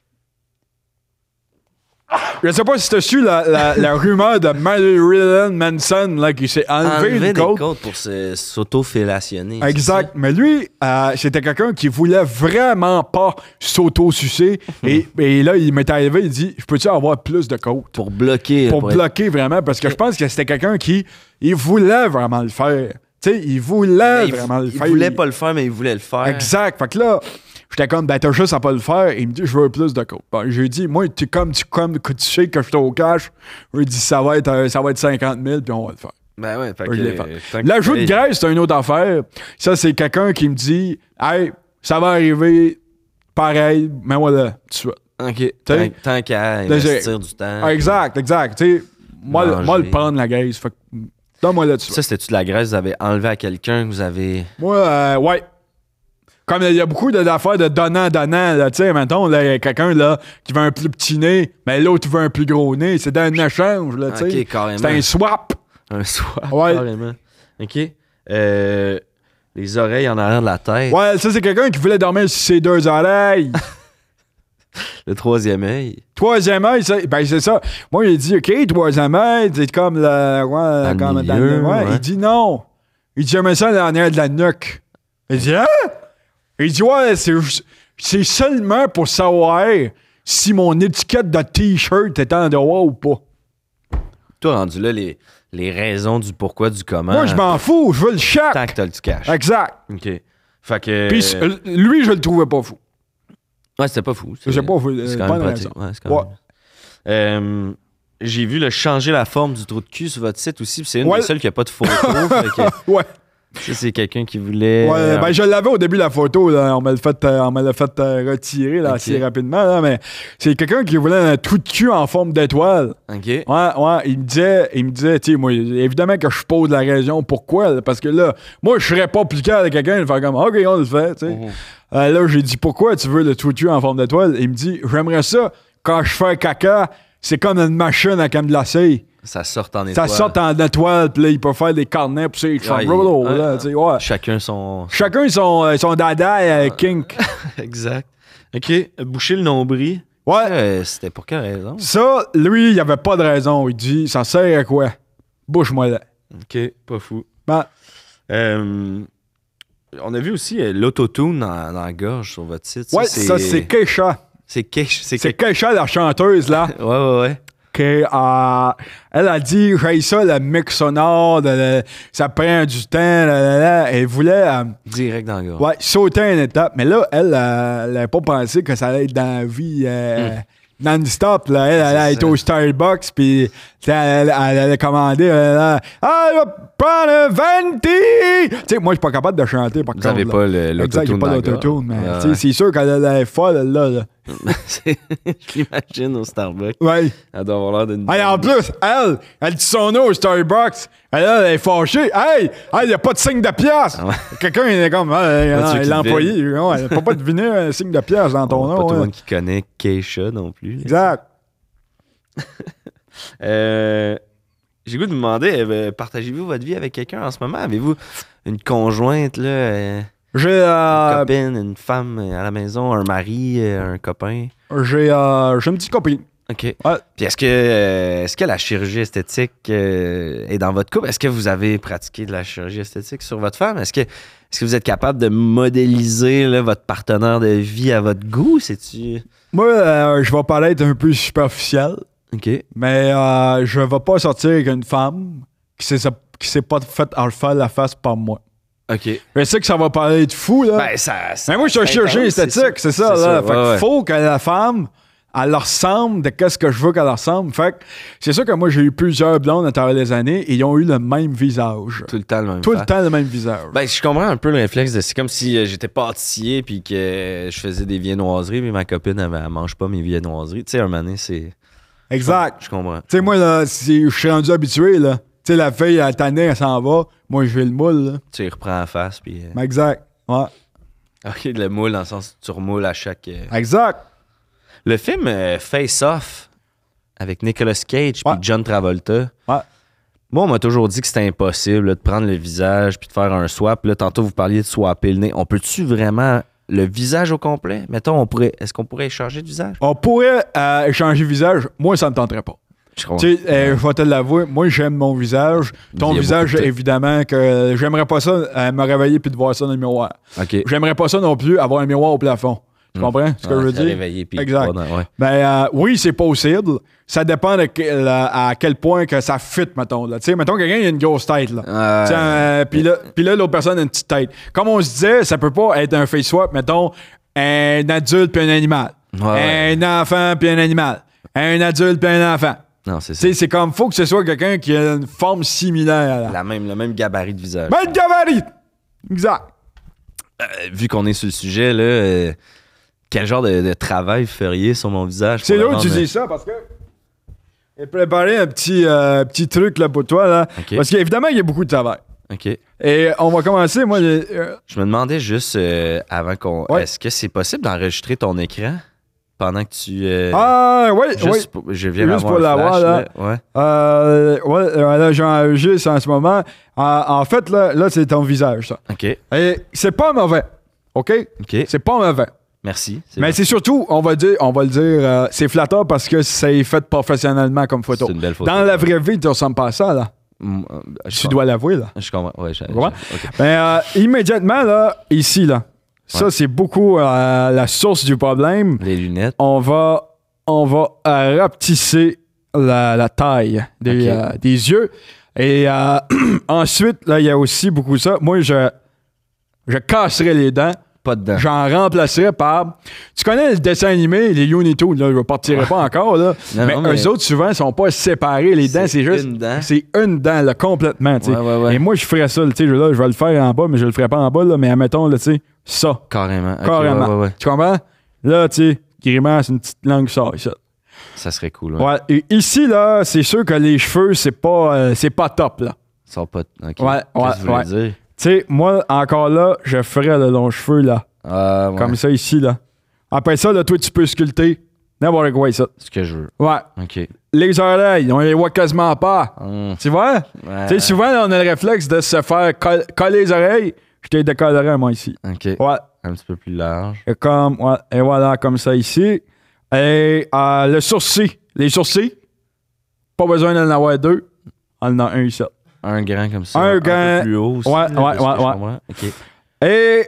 je sais pas si t'as su la rumeur de Marilyn Manson là, qui s'est enlevé une côte pour s'auto-fellationner. Exact. Mais lui, c'était quelqu'un qui voulait vraiment pas s'auto-sucer. Et là, il m'est arrivé, il dit je peux-tu avoir plus de côte? Pour bloquer. Pour bloquer vraiment, parce que je pense que c'était quelqu'un qui il voulait vraiment le faire. Tu sais, il voulait vraiment le faire. Il voulait pas le faire, mais il voulait le faire. Exact. Fait que là, j'étais comme, ben, t'as juste à pas le faire. Il me dit, je veux plus de côte. Bon, j'ai dit, moi, tu sais que je suis au cash. Je lui ai dit, ça va être 50 000, puis on va le faire. Ben ouais, fait que l'ajout de graisse, c'est une autre affaire. Ça, c'est quelqu'un qui me dit, hey, ça va arriver pareil, mais voilà, tout de suite. OK. Tant qu'à investir du temps. Exact. Tu sais, moi, le prendre la graisse. Fait que, donne-moi là-dessus. Ça, c'était-tu de la graisse que vous avez enlevé à quelqu'un que vous avez. Moi, ouais. Comme il y a beaucoup d'affaires de donnant, tu sais, mettons, là, il y a quelqu'un là, qui veut un plus petit nez, mais l'autre veut un plus gros nez. C'est un échange, là, tu sais. OK, carrément. C'est un swap. Un swap, ouais. Carrément. OK. Les oreilles en arrière de la tête. Ouais, ça, c'est quelqu'un qui voulait dormir sur ses deux oreilles. Le troisième œil. Troisième œil, ben c'est ça. Moi, il dit, OK, troisième œil, c'est comme le... Ouais, dans le milieu, ouais. Il dit non. Il dit, j'aimais ça en arrière de la nuque. Il dit, hein? Il dit, ouais, c'est seulement pour savoir si mon étiquette de T-shirt est en droit ou pas. Toi, rendu là, les raisons du pourquoi, du comment. Moi, je m'en fous, je veux le chèque. Tant que t'as du cash. Exact. OK. Fait que... Puis lui, je le trouvais pas fou. Ouais, c'était pas fou. C'est pas fou. C'est quand même pratique. Ouais, c'est quand même... j'ai vu changer la forme du trou de cul sur votre site aussi, puis c'est une des seules qui a pas de photo. Ouais. Ça, c'est quelqu'un qui voulait... Ouais, ben je l'avais au début, la photo. Là. On me l'a fait retirer là, assez rapidement. Là, mais c'est quelqu'un qui voulait un trou de cul en forme d'étoile. OK. Ouais. Il me disait, tu sais, moi, évidemment que je pose la raison pourquoi. Là, parce que là, moi, je serais pas appliqué avec quelqu'un de faire comme, OK, on le fait, tu sais. Là, j'ai dit, pourquoi tu veux le trou de cul en forme d'étoile? Il me dit, j'aimerais ça, quand je fais caca, c'est comme une machine à crème glacée. Ça sort en étoile. Ça sort en étoile, puis là, il peut faire des carnets pour ses chums. Ouais. Chacun son dada kink. Exact. OK. Boucher le nombril. Ouais. C'était pour quelle raison? Ça, lui, il avait pas de raison. Il dit, ça sert à quoi? Bouche-moi là. OK, pas fou. Ben, on a vu aussi l'autotune dans la gorge sur votre site. Ouais, ça, c'est Keisha. C'est Keisha, la chanteuse, là. Ouais. Elle a dit, j'ai ça, le mix sonore, ça prend du temps. Elle voulait direct dans la gorge. Ouais, sauter une étape. Mais là, elle n'a pas pensé que ça allait être dans la vie non-stop. Là. Elle a été au Starbucks, puis elle a commandé. Prends le venti! Tu sais, moi, je suis pas capable de chanter, par contre. Vous n'avez pas l'autotune. Exact, j'ai pas l'autotune, mais c'est sûr qu'elle est folle, là. Je l'imagine au Starbucks. Ouais. Elle doit avoir l'air d'une... Hey, en plus, elle dit son nom au Starbucks. Elle est fâchée. Hey, il n'y a pas de signe de pièce. Ah ouais. Quelqu'un, il est comme, l'employé. Ouais, il ne peut pas deviner un signe de pièce dans ton nom. Pas tout le monde qui connaît Keisha non plus. Exact. J'ai goût de vous demander, partagez-vous votre vie avec quelqu'un en ce moment? Avez-vous une conjointe, là? J'ai une copine, une femme à la maison, un mari, un copain? J'ai une petite copine. OK. Ouais. Puis est-ce que la chirurgie esthétique est dans votre couple? Est-ce que vous avez pratiqué de la chirurgie esthétique sur votre femme? Est-ce que vous êtes capable de modéliser là, votre partenaire de vie à votre goût? C'est-tu... Moi, je vais paraître un peu superficiel. OK. Mais je vais pas sortir avec une femme qui s'est pas faite faire la face par moi. OK. Je sais que ça va paraître fou, là. Ben, mais moi, je suis un chirurgien esthétique, c'est ça, là. Fait qu'il faut que la femme, elle leur ressemble de qu'est-ce que je veux qu'elle leur ressemble. Fait que c'est sûr que moi, j'ai eu plusieurs blondes à travers les années et ils ont eu le même visage. Tout le temps le même Tout le temps le même visage. Ben, je comprends un peu le réflexe de... C'est comme si j'étais pâtissier puis que je faisais des viennoiseries, mais ma copine, elle mange pas mes viennoiseries. Tu sais, un moment donné, c'est... Exact. Je comprends. Tu sais, moi, là, je suis rendu habitué, là. Tu sais, la fille, elle tannée, elle s'en va. Moi, je vais le moule, là. Tu y reprends en face, puis... Exact. Ouais. OK, le moule, dans le sens que tu remoules à chaque... Exact. Le film Face Off, avec Nicolas Cage puis John Travolta, ouais. Moi, on m'a toujours dit que c'était impossible là, de prendre le visage puis de faire un swap. Là, tantôt, vous parliez de swapper le nez. On peut-tu vraiment... Le visage au complet? Mettons, est-ce qu'on pourrait échanger de visage? On pourrait échanger de visage. Moi, ça ne me tenterait pas. Tu sais, je vais te l'avouer, moi, j'aime mon visage. Ton visage, évidemment, que j'aimerais pas ça me réveiller puis de voir ça dans le miroir. Okay. J'aimerais pas ça non plus, avoir un miroir au plafond. Tu comprends ce que je veux dire? Réveiller, exact. Ouais. Ben, oui, c'est possible. Ça dépend à quel point que ça fit, mettons. Tu sais, mettons, quelqu'un il a une grosse tête. Puis là, l'autre personne a une petite tête. Comme on se disait, ça peut pas être un face swap, mettons, un adulte puis un animal. Un enfant puis un animal. Un adulte puis un enfant. Non, c'est ça. C'est comme, faut que ce soit quelqu'un qui a une forme similaire. Le même gabarit de visage. Même gabarit! Exact. Vu qu'on est sur le sujet, là, quel genre de travail vous feriez sur mon visage? C'est là où tu dis ça, parce que j'ai préparé un petit truc là, pour toi. Là, okay. Parce qu'évidemment, il y a beaucoup de travail. OK. Et on va commencer, moi... Je me demandais juste, avant qu'on... Ouais. Est-ce que c'est possible d'enregistrer ton écran? Pendant que tu... oui. Je viens juste pour l'avoir l'avoir, là. Ouais. Là, j'enregistre en ce moment. En fait, là, c'est ton visage, ça. OK. Et c'est pas mauvais. OK? C'est pas mauvais. Merci. Mais c'est surtout, on va le dire, c'est flatteur parce que c'est fait professionnellement comme photo. C'est une belle photo. Dans la vraie vie, tu ressembles pas à ça, là. Tu dois l'avouer, là. Je comprends. Ouais, okay. Ben, immédiatement, là, ici, là. Ça, c'est beaucoup la source du problème. Les lunettes. On va rapetisser la taille des yeux. Et ensuite, là, il y a aussi beaucoup ça. Moi, je casserais les dents. Pas de dents. J'en remplacerais par... Tu connais le dessin animé, les Looney Tunes, là, je ne partirai pas encore, là. mais eux autres, souvent, ils sont pas séparés. Les dents, c'est juste... une dent. C'est une dent, là, complètement, tu sais. Ouais. Et moi, je ferais ça, tu sais, je vais le faire en bas, mais je le ferais pas en bas, là, mais admettons, là, tu sais, ça. Carrément. Carrément. Ouais. Tu comprends? Là, tu sais, grimace, une petite langue sort, ça. Ça serait cool, ouais. Et ici, là, c'est sûr que les cheveux, c'est pas top, là. Ils sont pas... OK. Ouais. Qu'est-ce que vous voulez dire? Tu sais, moi, encore là, je ferais le long cheveux, là. Ouais. Comme ça, ici, là. Après ça, là, toi, tu peux sculpter N'importe quoi, ça. Ce que je veux. Ouais. OK. Les oreilles, on les voit quasiment pas. Tu vois? Ouais. Tu sais, souvent, là, on a le réflexe de se faire coller les oreilles. Je t'ai décoloré, moi, ici. OK. Ouais. Un petit peu plus large. Et comme, ouais, et voilà, comme ça, ici. Et le sourcil. Les sourcils, pas besoin d'en avoir deux. On en a un ici. Un grand comme ça. Un peu grand. plus haut aussi. Ouais, là, ouais, de ce que je ouais. comprends. OK. Et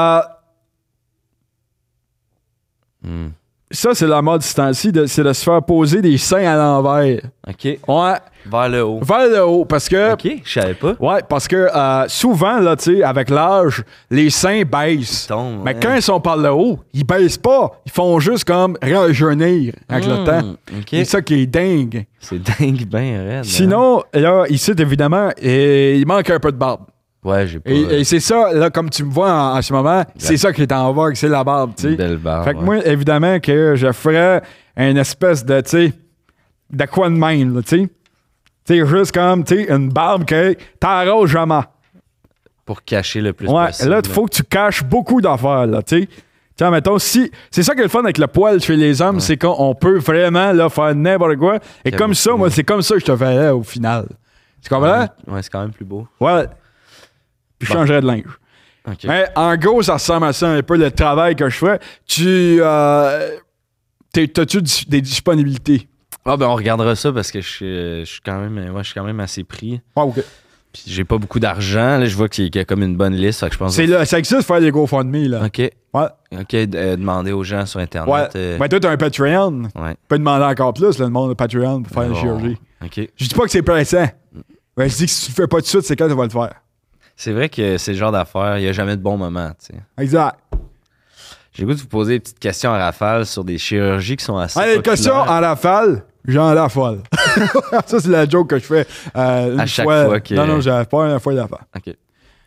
Hmm. ça, c'est la mode ce temps-ci, c'est de se faire poser des seins à l'envers. OK. Ouais. Vers le haut. Vers le haut, parce que... OK, je savais pas. Ouais, parce que souvent, là, tu sais, avec l'âge, les seins baissent. Ils tombent, Mais ouais. quand ils sont par le haut, ils baissent pas. Ils font juste comme rajeunir avec le temps. OK. C'est ça qui est dingue. C'est dingue, ben raide. Sinon, là, ici, évidemment, il manque un peu de barbe. Ouais, j'ai pas... Et c'est ça, là, comme tu me vois en ce moment, c'est ça qui est en vogue, c'est la barbe, tu sais. Une belle barbe, Fait que ouais. moi, évidemment, que je ferais une espèce de, tu sais, de quoi de même, là, tu sais. Tu sais, juste comme, tu sais, une barbe que t'arroses jamais. Pour cacher le plus Ouais, possible. là, il faut que tu caches beaucoup d'affaires, là, tu sais. Tiens, mettons, si... C'est ça qui est le fun avec le poil chez les hommes, c'est qu'on peut vraiment, là, faire n'importe quoi. Et comme ça, moi, c'est comme ça que je te ferais au final. Tu comprends? Ouais, c'est quand même plus beau. Ouais. Puis je changerais de linge. OK. Mais en gros, ça ressemble à ça un peu le travail que je fais. T'as-tu des disponibilités? Ah ben on regardera ça parce que je suis quand même assez pris. Ah, OK. Puis j'ai pas beaucoup d'argent. Là, je vois qu'il y a comme une bonne liste. Fait que je pense C'est là, ça existe faire des GoFundMe, là. OK. Ouais. OK, demander aux gens sur Ouais. Internet. Ben, toi, t'as un Patreon. Ouais. Tu peux demander encore plus, le monde de Patreon pour faire une Bon. chirurgie. OK. Je dis pas que c'est pressant. Ben, je dis que si tu le fais pas tout de suite, c'est quand tu vas le faire. C'est vrai que c'est le genre d'affaire, il n'y a jamais de bon moment, tu sais. Exact. J'ai le goût de vous poser des petites questions à rafale sur des chirurgies qui sont assez Allez, populaires. question en rafale, j'en raffole. Ça, c'est la joke que je fais une À chaque fois que- Non, j'avais pas une fois d'affaire. OK.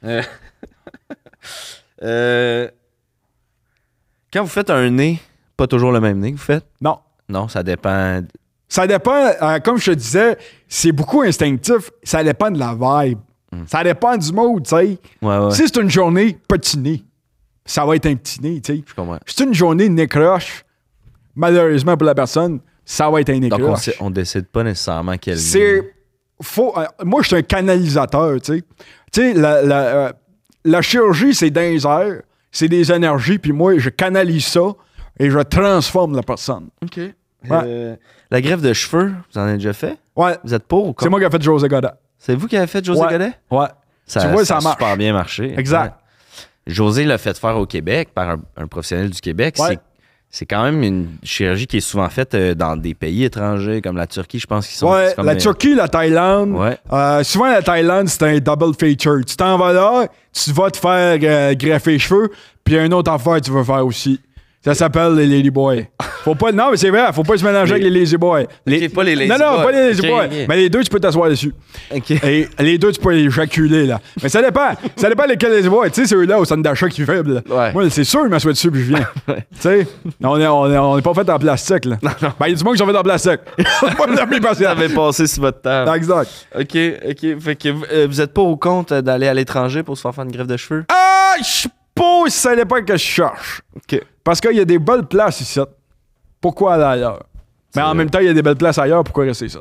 Quand vous faites un nez, pas toujours le même nez que vous faites? Non. Non, ça dépend. Ça dépend, comme je te disais, c'est beaucoup instinctif. Ça dépend de la vibe. Ça dépend du mood, tu sais. Ouais. Si c'est une journée petit nez, ça va être un petit nez, tu sais. Je comprends. Si c'est une journée nez croche, malheureusement pour la personne, ça va être un nez Donc, croche. on décide pas nécessairement quel nez. C'est... moi, je suis un canalisateur, tu sais. Tu sais, la chirurgie, c'est dans les airs, c'est des énergies, puis moi, je canalise ça et je transforme la personne. OK. Ouais. La greffe de cheveux, vous en avez déjà fait? Ouais. Vous êtes pour ou C'est moi qui ai fait José Godet. C'est vous qui avez fait José Ouais. Godet? Ouais. Ça, Tu vois, ça a marche. super bien marché. Exact. Ouais. José l'a fait faire au Québec par un professionnel du Québec. Ouais. C'est quand même une chirurgie qui est souvent faite dans des pays étrangers, comme la Turquie, je pense qu'ils sont... Ouais, c'est comme la Turquie, la Thaïlande. Ouais. Souvent, la Thaïlande, c'est un double feature. Tu t'en vas là, tu vas te faire greffer les cheveux, puis une autre affaire tu vas faire aussi. Ça s'appelle les ladyboys. Faut pas... Non, mais c'est vrai, faut pas se mélanger avec les lazyboys. Ok, pas les lazyboys. Non, pas les lazyboys. Ok, ok. Mais les deux, tu peux t'asseoir dessus. OK. Et les deux, tu peux les éjaculer, là. Mais ça dépend. Ça dépend lesquels lazyboys. Tu sais, c'est eux-là au centre d'achat qui est faible. Là. Ouais. Moi, c'est sûr, je m'assois dessus, puis je viens. Tu sais, on est pas fait en plastique, là. Non. Ben, il y a du monde qui sont fait en plastique. Pas de mes Ça patients. avait passé sur votre table. Exact. OK. Fait que vous êtes pas au compte d'aller à l'étranger pour se faire une greffe de cheveux? Ah, je sais pas si ça dépend que je cherche. OK. Parce qu'il y a des belles places ici. Pourquoi aller ailleurs? Mais en même temps, il y a des belles places ailleurs. Pourquoi rester ici?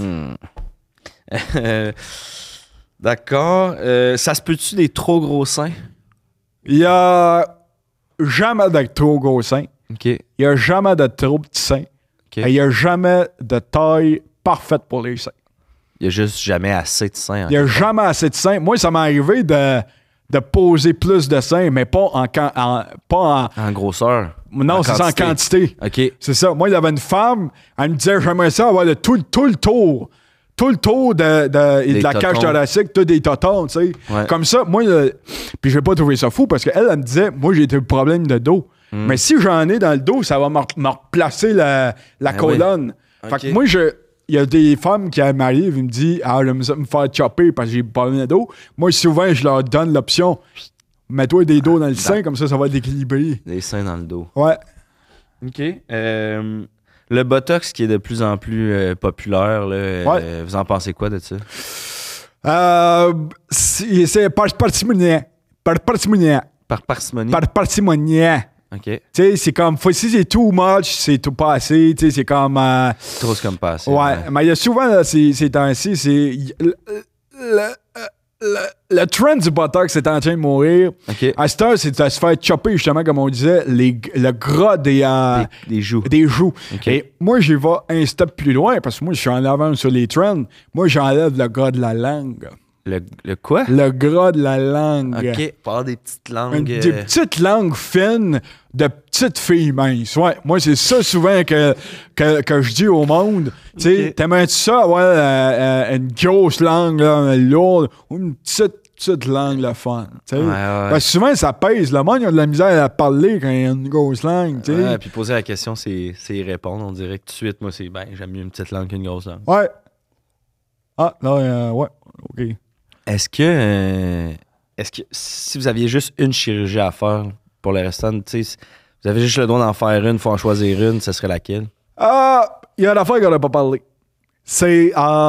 D'accord. Ça se peut-tu des trop gros seins? Il y a jamais de trop gros seins. OK. Il y a jamais de trop petits seins. OK. Et il y a jamais de taille parfaite pour les seins. Il y a juste jamais assez de seins. Il y a jamais assez de seins. Moi, ça m'est arrivé de poser plus de seins, mais pas En grosseur. non, c'est ça en quantité. OK. C'est ça. Moi, il y avait une femme, elle me disait, j'aimerais ça avoir tout le tour. Tout le tour de la cage totons. thoracique, tout des totons, tu sais. Ouais. Comme ça, moi, puis je vais pas trouver ça fou parce qu'elle, elle me disait, moi, j'ai des problèmes de dos. Mais si j'en ai dans le dos, ça va me replacer la colonne. Oui. Fait Ok. que moi, il y a des femmes qui m'arrivent, ils me disent, j'aime ça me faire chopper parce que j'ai pas de dos. Moi, souvent, je leur donne l'option, mets-toi des dos dans le sein, comme ça va être équilibré. Des seins dans le dos. Ouais. OK. Le Botox qui est de plus en plus populaire, là, vous en pensez quoi de ça? C'est par parcimonie. Par parcimonie. Par parcimonie? Par parcimonie. OK. Tu sais, c'est comme, si c'est too much, c'est tout pas assez, tu sais, c'est comme... Trop, c'est comme pas assez. ouais, mais il y a souvent, là, ces temps-ci, c'est... Le trend du botox est en train de mourir. OK. À cette heure, c'est de se faire chopper, justement, comme on disait, le gras Des joues. des joues. OK. Et moi, j'y vais un step plus loin, parce que moi, je suis en avance sur les trends. Moi, j'enlève le gras de la langue. Le quoi? Le gras de la langue. OK. Pour avoir des petites langues. Des petites langues fines de petites filles minces. Ouais, moi, c'est ça souvent que je dis au monde. Tu sais, OK. t'aimerais-tu ça, ouais, une grosse langue, là, lourde, ou une petite langue, le fun. Tu sais? Ouais. Parce que souvent, ça pèse. Le monde, il a de la misère à parler quand il y a une grosse langue. Tu sais. Ouais, puis poser la question, c'est y répondre. On dirait que tout de suite, moi, c'est j'aime mieux une petite langue qu'une grosse langue. Ouais. Ah, là, ouais, OK. Est-ce que si vous aviez juste une chirurgie à faire pour le restant, tu sais, si vous avez juste le droit d'en faire une, faut en choisir une, ce serait laquelle? Ah, il y a une affaire qu'on n'a pas parlé. C'est.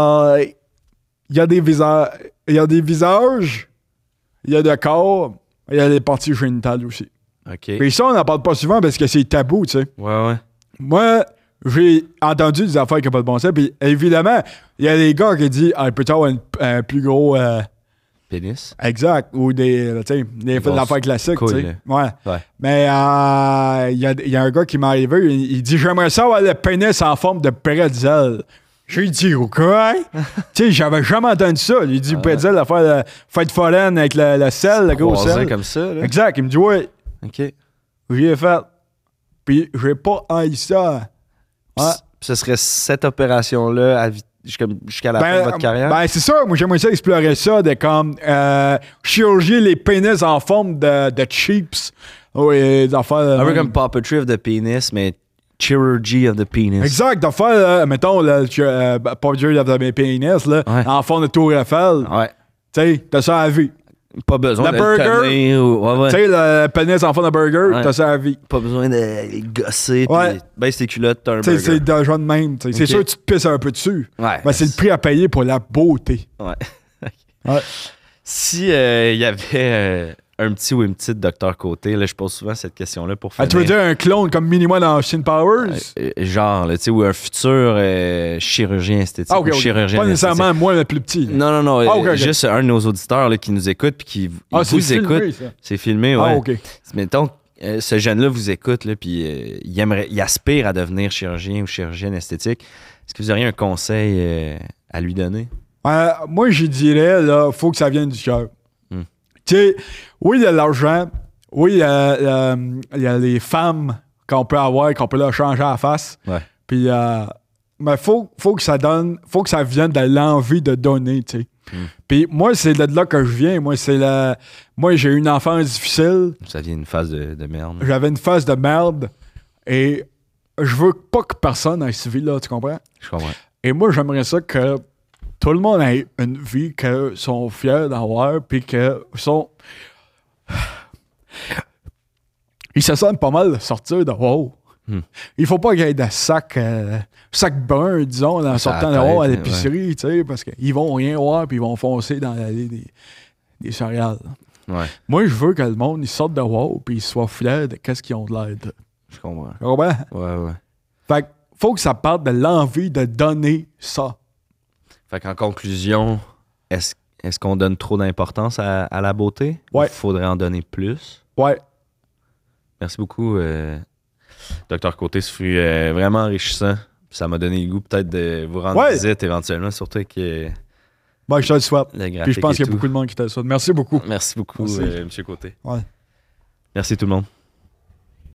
Il y a des visages. Il y a des visages. Il y a des corps. Il y a des parties génitales aussi. OK. Puis ça, on n'en parle pas souvent parce que c'est tabou, tu sais. Ouais. Moi, j'ai entendu des affaires qui n'ont pas de bon sens. Puis évidemment, il y a des gars qui disent peut-être avoir un plus gros. Pénis? Exact. Ou des affaires classiques, tu sais. Couilles, Ouais. Ouais. Mais il y a un gars qui m'est arrivé, il dit j'aimerais ça avoir le pénis en forme de pretzel. J'ai dit quoi? Tu sais, j'avais jamais entendu ça. Il dit pretzel, l'affaire de fête foraine avec le sel, le gros Croisé sel. comme ça, là. Exact. Il me dit ouais, OK. j'ai fait. Puis j'ai pas haï ça. Ouais. Ce serait cette opération-là jusqu'à la fin de votre carrière? Ben, c'est ça. Moi, j'aimerais ça explorer ça de comme chirurgier les pénis en forme de chips. Oui, des affaires. Un peu comme puppetry of the penis, mais chirurgy of the penis. Exact, d'affaires, mettons, puppetry of the penis, là, Ouais. en forme de Tour Eiffel. Ouais. Tu sais, t'as ça à la vie. Pas besoin Le de le burger. tenir ouais. Tu sais, le pénis en forme de burger, Ouais. t'as ça à la vie. Pas besoin de les gosser. Ouais. Puis baisse tes culottes, t'as un Tu sais, burger. c'est déjà de même. t'sais. C'est Ok. sûr que tu te pisses un peu dessus. Ouais. Mais c'est le prix à payer pour la beauté. Ouais. Ouais. Si il y avait un petit ou une petite docteur Côté, là, je pose souvent cette question-là pour finir. Tu veux dire un clone comme Mini-Moi dans Austin Powers? Genre, là, tu sais, ou un futur chirurgien esthétique Ah, ok, ou ok. chirurgien Pas nécessairement moi le plus petit. là. Non, Ah, ok, ok. juste un de nos auditeurs là, qui nous écoute puis qui C'est vous filmé, écoute. ça. C'est filmé, ouais. Ah, OK. Mettons, ce jeune-là vous écoute, là, puis il aspire à devenir chirurgien ou chirurgienne esthétique. Est-ce que vous auriez un conseil à lui donner? Moi, je dirais, là, faut que ça vienne du cœur. Tu sais, oui, il y a l'argent. Oui, il y a les femmes qu'on peut avoir, qu'on peut leur changer à la face. Ouais. Puis, mais faut que ça donne, faut que ça vienne de l'envie de donner, tu sais. Puis moi, c'est de là que je viens. Moi, j'ai eu une enfance difficile. Ça vient une phase de merde. J'avais une phase de merde. Et je veux pas que personne ait ce vie-là, tu comprends? Je comprends. Et moi, j'aimerais ça que tout le monde ait une vie qu'ils sont fiers d'avoir, puis qu'ils sont... Ils se sentent pas mal de sortir de wow. Il faut pas qu'il y ait de sac brun, disons, en sortant de wow à l'épicerie, tu sais, parce qu'ils vont rien voir, puis ils vont foncer dans l'allée des céréales. Ouais. Moi, je veux que le monde, ils sortent de wow, puis ils soient fiers de qu'est-ce qu'ils ont de l'air de. Je comprends. Tu comprends? Ouais. Fait que faut que ça parte de l'envie de donner ça. Fait qu'en conclusion, est-ce qu'on donne trop d'importance à la beauté? Ouais. Il faudrait en donner plus. Ouais. Merci beaucoup, Dr. Côté. Ce fut vraiment enrichissant. Ça m'a donné le goût peut-être de vous rendre visite éventuellement, surtout avec Ben, je te le souhaite. le graphique. Puis je pense et qu'il y a tout. beaucoup de monde qui te le souhaite. Merci beaucoup. Merci beaucoup, Merci. M. Côté. Ouais. Merci tout le monde.